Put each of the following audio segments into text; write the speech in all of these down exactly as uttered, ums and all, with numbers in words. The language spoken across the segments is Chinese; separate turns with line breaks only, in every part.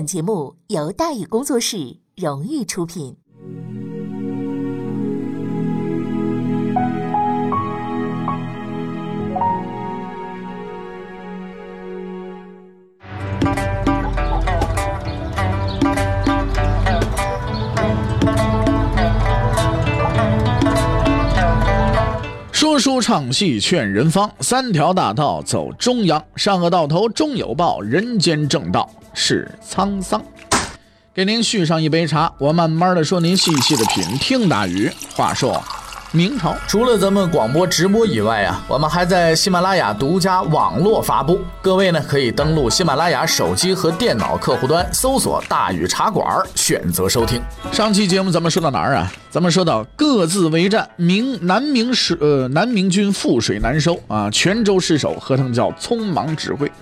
本节目由大宇工作室荣誉出品。
说书唱戏劝人方，三条大道走中央，善恶到头终有报，人间正道是沧桑。给您续上一杯茶，我慢慢的说，您细细的品。听大宇话说明朝，
除了咱们广播直播以外啊，我们还在喜马拉雅独家网络发布。各位呢可以登录喜马拉雅手机和电脑客户端，搜索大宇茶馆，选择收听。
上期节目咱们说到哪儿啊？咱们说到各自为战，明南明是呃南明军覆水难收啊，泉州失守，何腾蛟匆忙指挥。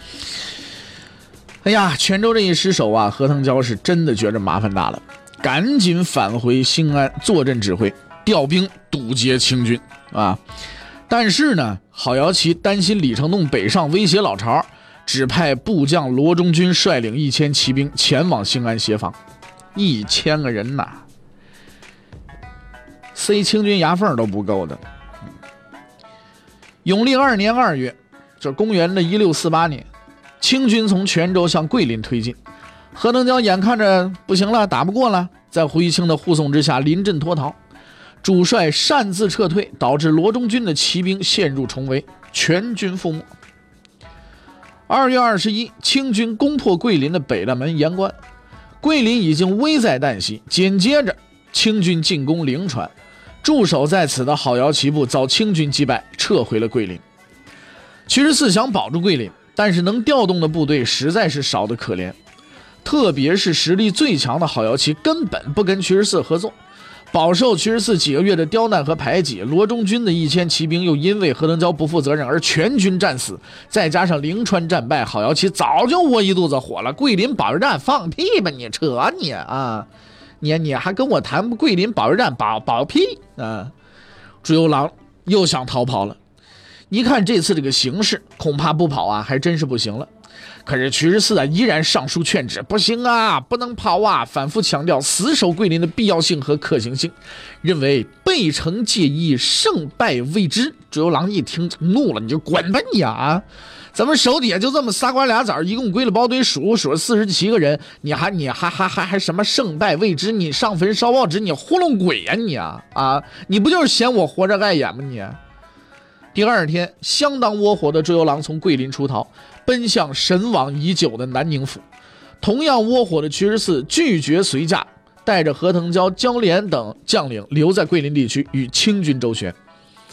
哎呀，泉州这一失守啊，何腾蛟是真的觉着麻烦大了，赶紧返回兴安坐镇指挥，调兵堵截清军啊。但是呢，郝瑶琪担心李成栋北上威胁老巢，只派部将罗中军率领一千骑兵前往兴安协防。一千个人呐，塞清军牙缝都不够的。永历二年二月，这公元的一六四八年，清军从泉州向桂林推进，何腾蛟眼看着不行了，打不过了，在胡一清的护送之下临阵脱逃，主帅擅自撤退，导致罗中军的骑兵陷入重围，全军覆没。二月二十一，清军攻破桂林的北大门盐关，桂林已经危在旦夕。紧接着清军进攻灵川，驻守在此的郝瑶琪部遭清军击败，撤回了桂林。屈十四想保住桂林，但是能调动的部队实在是少得可怜，特别是实力最强的郝瑶琪根本不跟屈十四合作，饱受屈十四几个月的刁难和排挤。罗中军的一千骑兵又因为何腾蛟不负责任而全军战死，再加上灵川战败，郝瑶琪早就窝一肚子火了。桂林保卫战放屁吧你，扯你啊！你你还跟我谈桂林保卫战，保保屁啊！朱由榔又想逃跑了。一看这次这个形势，恐怕不跑啊还真是不行了。可是屈十四啊依然上书劝止，不行啊，不能跑啊，反复强调死守桂林的必要性和可行性，认为背城借一，胜败未知。朱由榔一听怒了，你就滚吧你啊！咱们手底下就这么仨瓜俩枣，一共归了包堆数数了四十七个人，你还你还还还还什么胜败未知？你上坟烧报纸，你糊弄鬼呀、啊、你啊啊！你不就是嫌我活着碍眼吗你？第二天，相当窝火的朱由榔从桂林出逃，奔向神往已久的南宁府。同样窝火的屈十四拒绝随驾，带着何腾蛟、江连等将领留在桂林地区与清军周旋。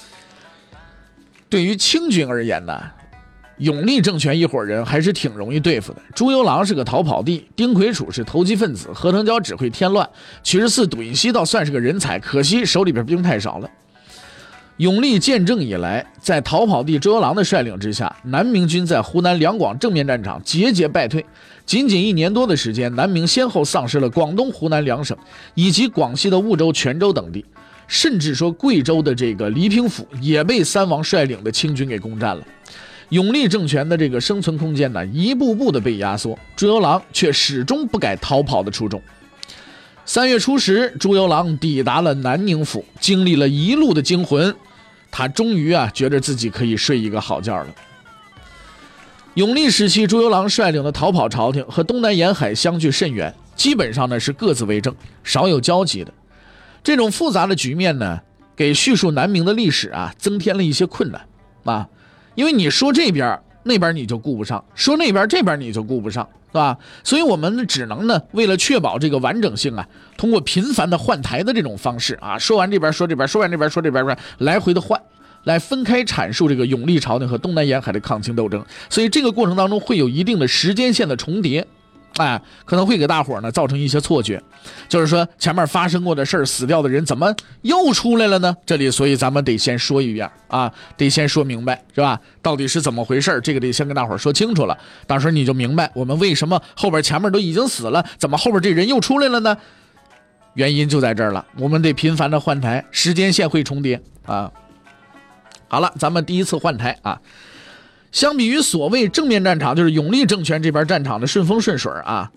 对于清军而言呢，永历政权一伙人还是挺容易对付的。朱由榔是个逃跑地，丁魁楚是投机分子，何腾蛟只会添乱，屈十四、笃尹熙倒算是个人才，可惜手里边兵太少了。永历建政以来，在逃跑地朱由榔的率领之下，南明军在湖南两广正面战场节节败退。仅仅一年多的时间，南明先后丧失了广东、湖南两省，以及广西的婺州、泉州等地，甚至说贵州的这个黎平府也被三王率领的清军给攻占了。永历政权的这个生存空间呢，一步步的被压缩，朱由榔却始终不改逃跑的初衷。三月初十，朱由榔抵达了南宁府，经历了一路的惊魂，他终于啊觉得自己可以睡一个好觉了。永历时期，朱由榔率领的逃跑朝廷和东南沿海相距甚远，基本上呢是各自为政，少有交集的。这种复杂的局面呢，给叙述南明的历史啊增添了一些困难啊，因为你说这边那边你就顾不上，说那边这边你就顾不上，是吧？所以我们只能呢，为了确保这个完整性啊，通过频繁的换台的这种方式啊，说完这边说这边，说完这边说这边，来回的换，来分开阐述这个永历朝廷和东南沿海的抗清斗争。所以这个过程当中会有一定的时间线的重叠，哎，可能会给大伙呢造成一些错觉，就是说前面发生过的事儿，死掉的人怎么又出来了呢？这里所以咱们得先说一遍啊，得先说明白，是吧？到底是怎么回事？这个得先跟大伙说清楚了，到时候你就明白我们为什么后边前面都已经死了，怎么后边这人又出来了呢？原因就在这儿了，我们得频繁的换台，时间线会重叠啊。好了，咱们第一次换台啊。相比于所谓正面战场，就是永历政权这边战场的顺风顺水啊，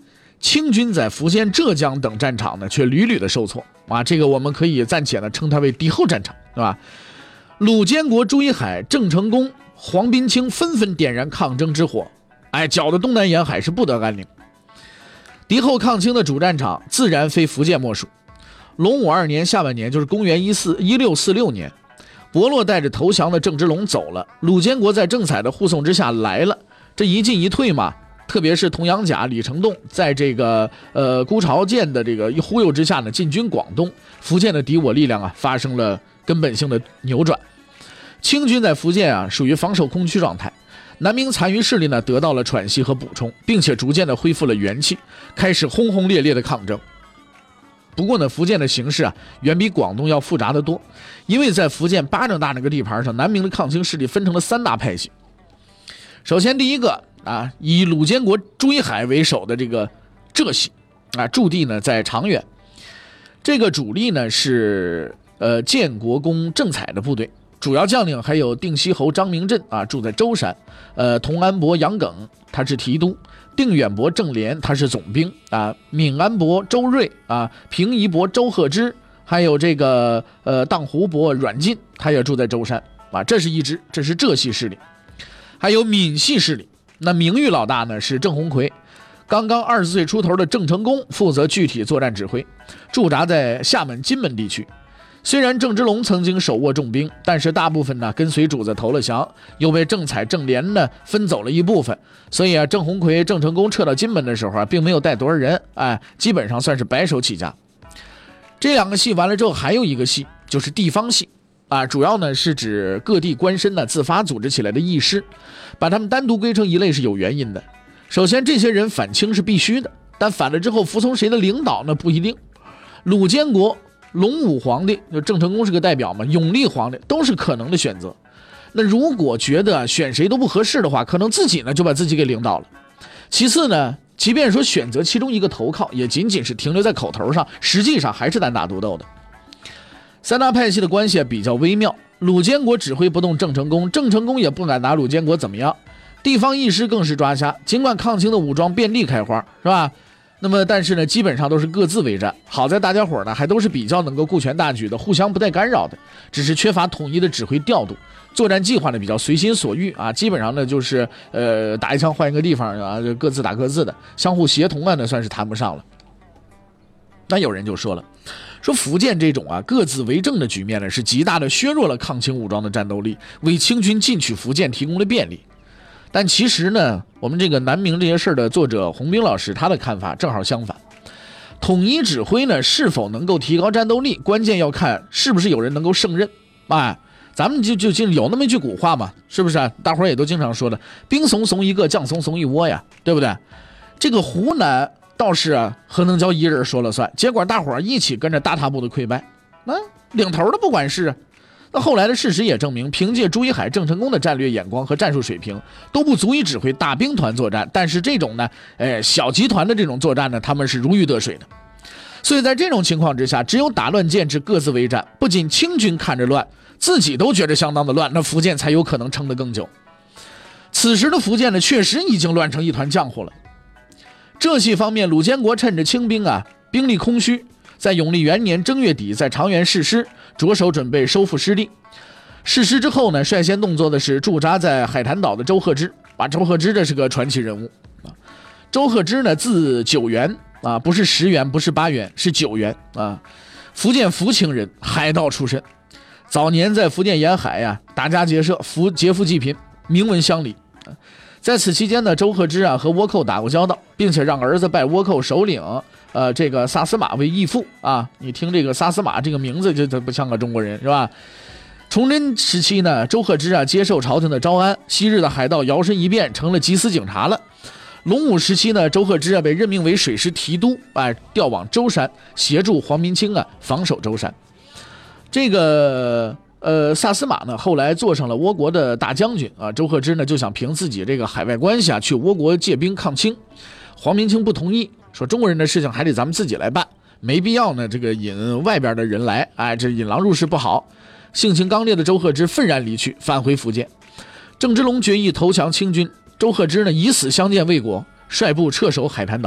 清军在福建、浙江等战场呢，却屡屡的受挫啊。这个我们可以暂且呢称它为敌后战场，对吧？鲁监国、朱一海、郑成功、黄宾清纷纷点燃抗争之火，哎，搅得东南沿海是不得安宁。敌后抗清的主战场自然非福建莫属。隆武二年下半年，就是公元一四一六四六年，伯洛带着投降的郑芝龙走了，鲁监国在郑采的护送之下来了，这一进一退嘛。特别是佟阳甲、李成栋在这个呃辜朝建的这个忽悠之下呢，进军广东，福建的敌我力量啊发生了根本性的扭转。清军在福建啊属于防守空虚状态，南明残余势力呢得到了喘息和补充，并且逐渐的恢复了元气，开始轰轰烈烈的抗争。不过呢，福建的形势啊远比广东要复杂的多，因为在福建巴掌大那个地盘上，南明的抗清势力分成了三大派系。首先第一个啊，以鲁监国朱一海为首的这个浙系啊，驻地呢在长垣。这个主力呢是呃建国公郑采的部队，主要将领还有定西侯张明镇啊，住在舟山；呃，佟安伯杨耿他是提督；定远伯郑连他是总兵啊；闵安伯周瑞啊；平夷伯周贺之，还有这个呃荡湖伯阮进，他也住在舟山啊。这是一支，这是浙系势力。还有闽系势力，那名誉老大呢是郑鸿逵，刚刚二十岁出头的郑成功负责具体作战指挥，驻扎在厦门、金门地区。虽然郑芝龙曾经手握重兵，但是大部分呢跟随主子投了降，又被郑采、郑连呢分走了一部分，所以啊，郑鸿逵、郑成功撤到金门的时候啊，并没有带多少人，哎，基本上算是白手起家。这两个系完了之后，还有一个系就是地方系。啊，主要呢是指各地官绅呢自发组织起来的义师，把他们单独归成一类是有原因的。首先，这些人反清是必须的，但反了之后服从谁的领导呢？不一定。鲁监国、隆武皇帝，就郑成功是个代表嘛，永历皇帝都是可能的选择。那如果觉得选谁都不合适的话，可能自己呢就把自己给领导了。其次呢，即便说选择其中一个投靠，也仅仅是停留在口头上，实际上还是单打独斗的。三大派系的关系比较微妙，鲁监国指挥不动郑成功，郑成功也不敢拿鲁监国怎么样，地方义师更是抓瞎。尽管抗清的武装遍地开花，是吧？那么但是呢，基本上都是各自为战。好在大家伙呢还都是比较能够顾全大局的，互相不带干扰的，只是缺乏统一的指挥调度，作战计划呢比较随心所欲啊，基本上呢就是呃打一枪换一个地方啊，各自打各自的，相互协同啊，那算是谈不上了。那有人就说了，说福建这种啊各自为政的局面呢，是极大的削弱了抗清武装的战斗力，为清军进取福建提供了便利。但其实呢，我们这个南明这些事的作者洪兵老师，他的看法正好相反。统一指挥呢，是否能够提高战斗力，关键要看是不是有人能够胜任。哎，咱们就就就有那么一句古话嘛，是不是啊？大伙儿也都经常说的，兵怂怂一个，将怂怂一窝呀，对不对？这个湖南倒是啊，何能蛟一人说了算，结果大伙儿一起跟着大踏步的溃败，那、啊、领头的不管事啊。那后来的事实也证明，凭借朱一海、郑成功的战略眼光和战术水平，都不足以指挥大兵团作战。但是这种呢，哎，小集团的这种作战呢，他们是如鱼得水的。所以在这种情况之下，只有打乱建制，各自为战。不仅清军看着乱，自己都觉得相当的乱，那福建才有可能撑得更久。此时的福建呢，确实已经乱成一团浆糊了。浙系方面，鲁监国趁着清兵啊兵力空虚，在永历元年正月底在长垣誓师，着手准备收复失地。誓师之后呢，率先动作的是驻扎在海坛岛的周贺之。啊，周贺之这是个传奇人物啊。周贺之呢，字九原啊，不是十元，不是八元，是九原啊。福建福清人，海盗出身。早年在福建沿海呀、啊，打家劫舍，福劫富济贫，名闻乡里。啊在此期间呢，周贺之啊和倭寇打过交道，并且让儿子拜倭寇首领呃这个萨斯马为义父啊。你听这个萨斯马这个名字就不像个中国人是吧？崇祯时期呢，周贺之啊接受朝廷的招安，昔日的海盗摇身一变成了缉私警察了。隆武时期呢，周贺之啊被任命为水师提督，哎，调往舟山协助黄民清啊防守舟山。这个。呃，萨斯马呢，后来做上了倭国的大将军啊。周贺之呢，就想凭自己这个海外关系啊，去倭国借兵抗清。黄民清不同意，说中国人的事情还得咱们自己来办，没必要呢，这个引外边的人来，哎，这引狼入室不好。性情刚烈的周贺之愤然离去，返回福建。郑芝龙决意投降清军，周贺之呢以死相见魏国，率部撤守海坛岛，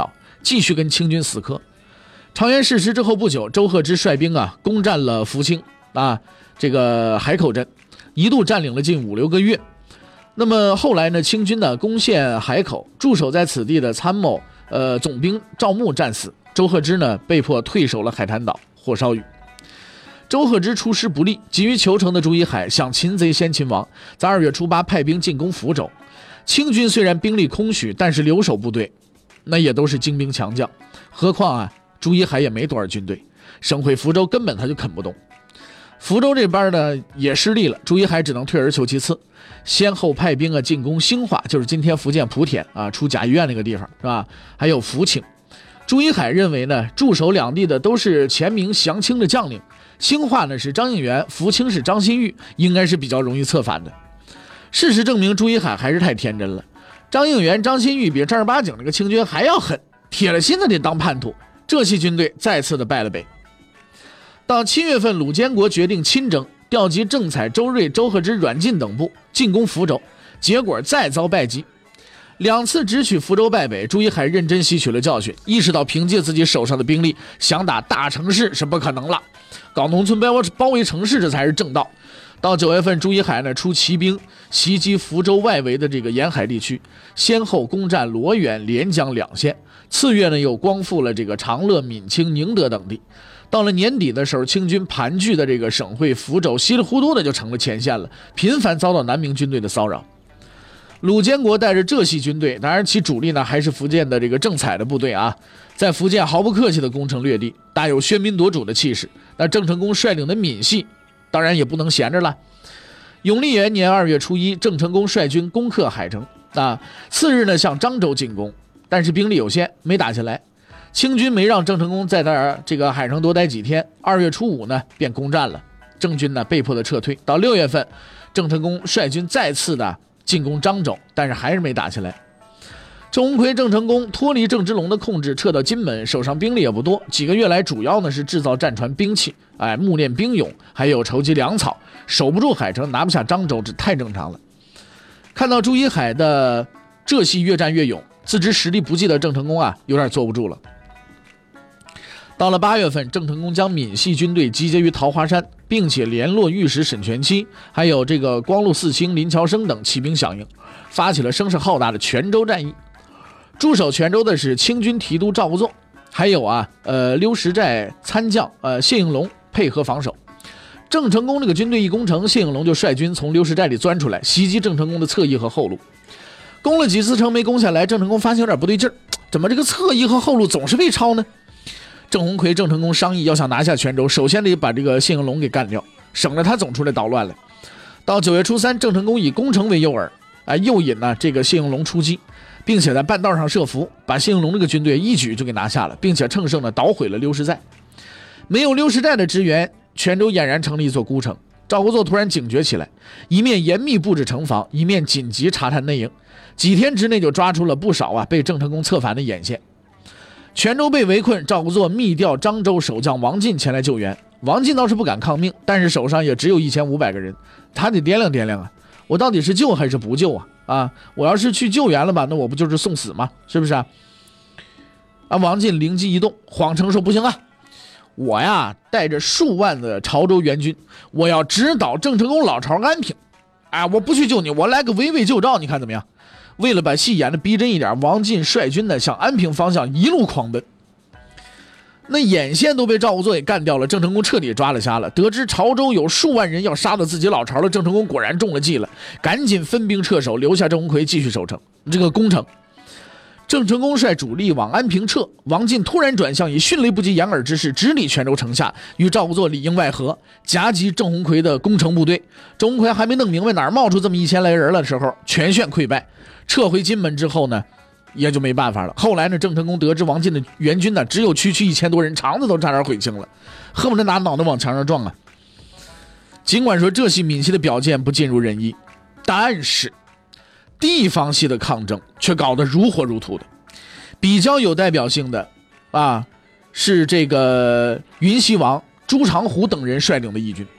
继续跟清军死磕。长垣事实之后不久，周贺之率兵啊攻占了福清啊这个海口镇，一度占领了近五六个月。那么后来呢，清军呢攻陷海口，驻守在此地的参谋呃总兵赵牧战死，周贺之呢被迫退守了海坛岛、火烧屿。周贺之出师不利，急于求成的朱一海想擒贼先擒王，在二月初八派兵进攻福州。清军虽然兵力空虚，但是留守部队那也都是精兵强将，何况啊朱一海也没多少军队，省会福州根本他就啃不动。福州这边呢也失利了，朱一海只能退而求其次，先后派兵啊进攻兴化，就是今天福建莆田啊出甲医院那个地方是吧？还有福清。朱一海认为呢，驻守两地的都是前明降清的将领，兴化呢是张应元，福清是张馨予，应该是比较容易策反的。事实证明，朱一海还是太天真了。张应元、张馨予比正儿八经那个清军还要狠，铁了心的得当叛徒。这系军队再次的败了北。到七月份，鲁监国决定亲征，调集郑采、周瑞、周贺之、阮进等部进攻福州，结果再遭败击。两次直取福州败北，朱一海认真吸取了教训，意识到凭借自己手上的兵力想打大城市是不可能了，搞农村包围包围城市这才是正道。到九月份，朱一海呢出骑兵袭击福州外围的这个沿海地区，先后攻占罗源、连江两县。次月呢又光复了这个长乐、闽清、宁德等地。到了年底的时候，清军盘踞的这个省会福州，稀里糊涂的就成了前线了，频繁遭到南明军队的骚扰。鲁监国带着浙系军队，当然其主力呢还是福建的这个郑采的部队啊，在福建毫不客气的攻城略地，大有喧宾夺主的气势。那郑成功率领的闽系当然也不能闲着了。永历元年二月初一，郑成功率军攻克海城啊，次日呢向漳州进攻，但是兵力有限，没打下来。清军没让郑成功在那儿这个海城多待几天，二月初五呢便攻占了，郑军呢被迫的撤退。到六月份，郑成功率军再次的进攻漳州，但是还是没打下来。郑鸿逵、郑成功脱离郑芝龙的控制，撤到金门，手上兵力也不多，几个月来主要呢是制造战船兵器，哎，木炼兵俑，还有筹集粮草，守不住海城，拿不下漳州，这太正常了。看到朱一海的浙系越战越勇，自知实力不济的郑成功啊，有点坐不住了。到了八月份，郑成功将闽系军队集结于桃花山，并且联络御史沈全期，还有这个光禄四卿林乔生等起兵响应，发起了声势浩大的泉州战役。驻守泉州的是清军提督赵国作，还有啊呃溜石寨参将呃谢应龙配合防守。郑成功这个军队一攻城，谢应龙就率军从溜石寨里钻出来，袭击郑成功的侧翼和后路。攻了几次城没攻下来，郑成功发现有点不对劲儿，怎么这个侧翼和后路总是被抄呢？郑鸿逵、郑成功商议，要想拿下泉州，首先得把这个谢应龙给干掉，省得他总出来捣乱来。到九月初三，郑成功以攻城为诱饵，哎，诱引呢这个谢应龙出击，并且在半道上设伏，把谢应龙这个军队一举就给拿下了，并且乘胜的捣毁了溜石寨。没有溜石寨的支援，泉州俨然成了一座孤城。赵国作突然警觉起来，一面严密布置城防，一面紧急查探内营，几天之内就抓出了不少啊被郑成功策反的眼线。泉州被围困，赵国作密调漳州守将王进前来救援。王进倒是不敢抗命，但是手上也只有一千五百个人，他得掂量掂量啊，我到底是救还是不救啊？啊，我要是去救援了吧，那我不就是送死吗？是不是啊？啊，王进灵机一动，谎称说不行啊，我呀带着数万的潮州援军，我要直捣郑成功老巢安平。哎，我不去救你，我来个围魏救赵，你看怎么样？为了把戏演的逼真一点，王进率军呢向安平方向一路狂奔。那眼线都被赵国作给干掉了，郑成功彻底抓了瞎了。得知潮州有数万人要杀到自己老巢了，郑成功果然中了计了，赶紧分兵撤守，留下郑鸿逵继续守城这个攻城。郑成功率主力往安平撤，王进突然转向，以迅雷不及掩耳之势直抵泉州城下，与赵国作里应外合，夹击郑鸿逵的攻城部队。郑鸿逵还没弄明白哪儿冒出这么一千来人了的时候，全线溃败。撤回金门之后呢，也就没办法了。后来呢，郑成功得知王进的援军呢只有区区一千多人，肠子都差点悔青了，恨不得拿脑袋往墙上撞啊。尽管说这系闽系的表现不尽如人意，但是地方系的抗争却搞得如火如荼的。比较有代表性的啊，是这个云溪王朱长虎等人率领的义军。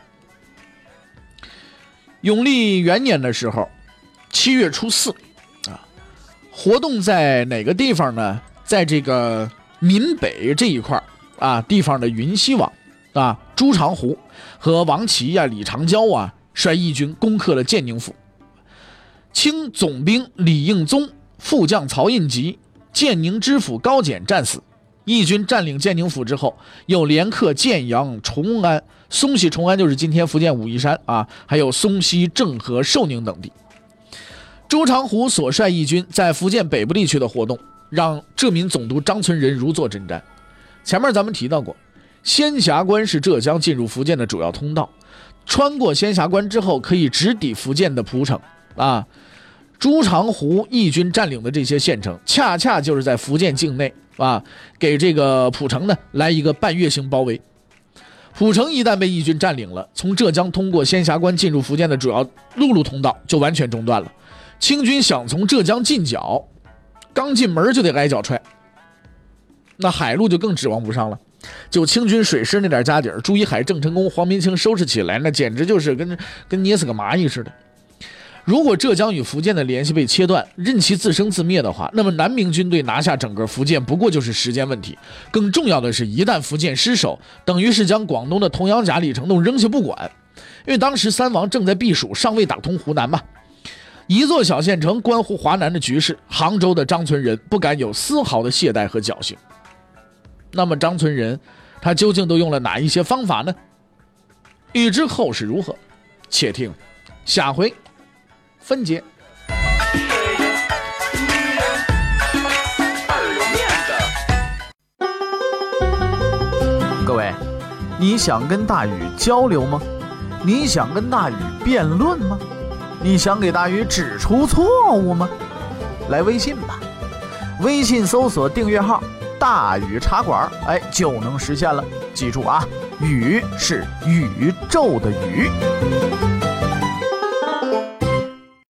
永历元年的时候，七月初四啊，活动在哪个地方呢？ 在这个闽北这一块啊地方的云西王啊朱长湖和王琦啊、李长交啊率义军攻克了建宁府。清总兵李应宗、副将曹印吉、建宁知府高简战死。义军占领建宁府之后，又连克建阳、崇安、松溪。崇安就是今天福建武夷山啊，还有松溪、郑和、寿宁等地。朱长湖所率义军在福建北部地区的活动，让浙闽总督张存仁如坐针毡。前面咱们提到过，仙霞关是浙江进入福建的主要通道，穿过仙霞关之后，可以直抵福建的蒲城啊。朱长湖义军占领的这些县城，恰恰就是在福建境内啊，给这个蒲城呢来一个半月形包围。蒲城一旦被义军占领了，从浙江通过仙霞关进入福建的主要陆路通道就完全中断了。清军想从浙江进剿，刚进门就得挨脚踹，那海路就更指望不上了。就清军水师那点家底儿，朱一海、郑成功、黄民清收拾起来，那简直就是跟跟捏死个蚂蚁似的。如果浙江与福建的联系被切断，任其自生自灭的话，那么南明军队拿下整个福建不过就是时间问题。更重要的是，一旦福建失守，等于是将广东的桐阳甲、李成栋扔下不管。因为当时三王正在避暑，尚未打通湖南嘛。一座小县城关乎华南的局势，杭州的张存仁不敢有丝毫的懈怠和侥幸。那么张存仁他究竟都用了哪一些方法呢？欲知后事如何，且听下回分解。
各位，你想跟大禹交流吗？你想跟大禹辩论吗？你想给大禹指出错误吗？来微信吧，微信搜索订阅号大禹茶馆，哎，就能实现了。记住啊，禹是宇宙的宇。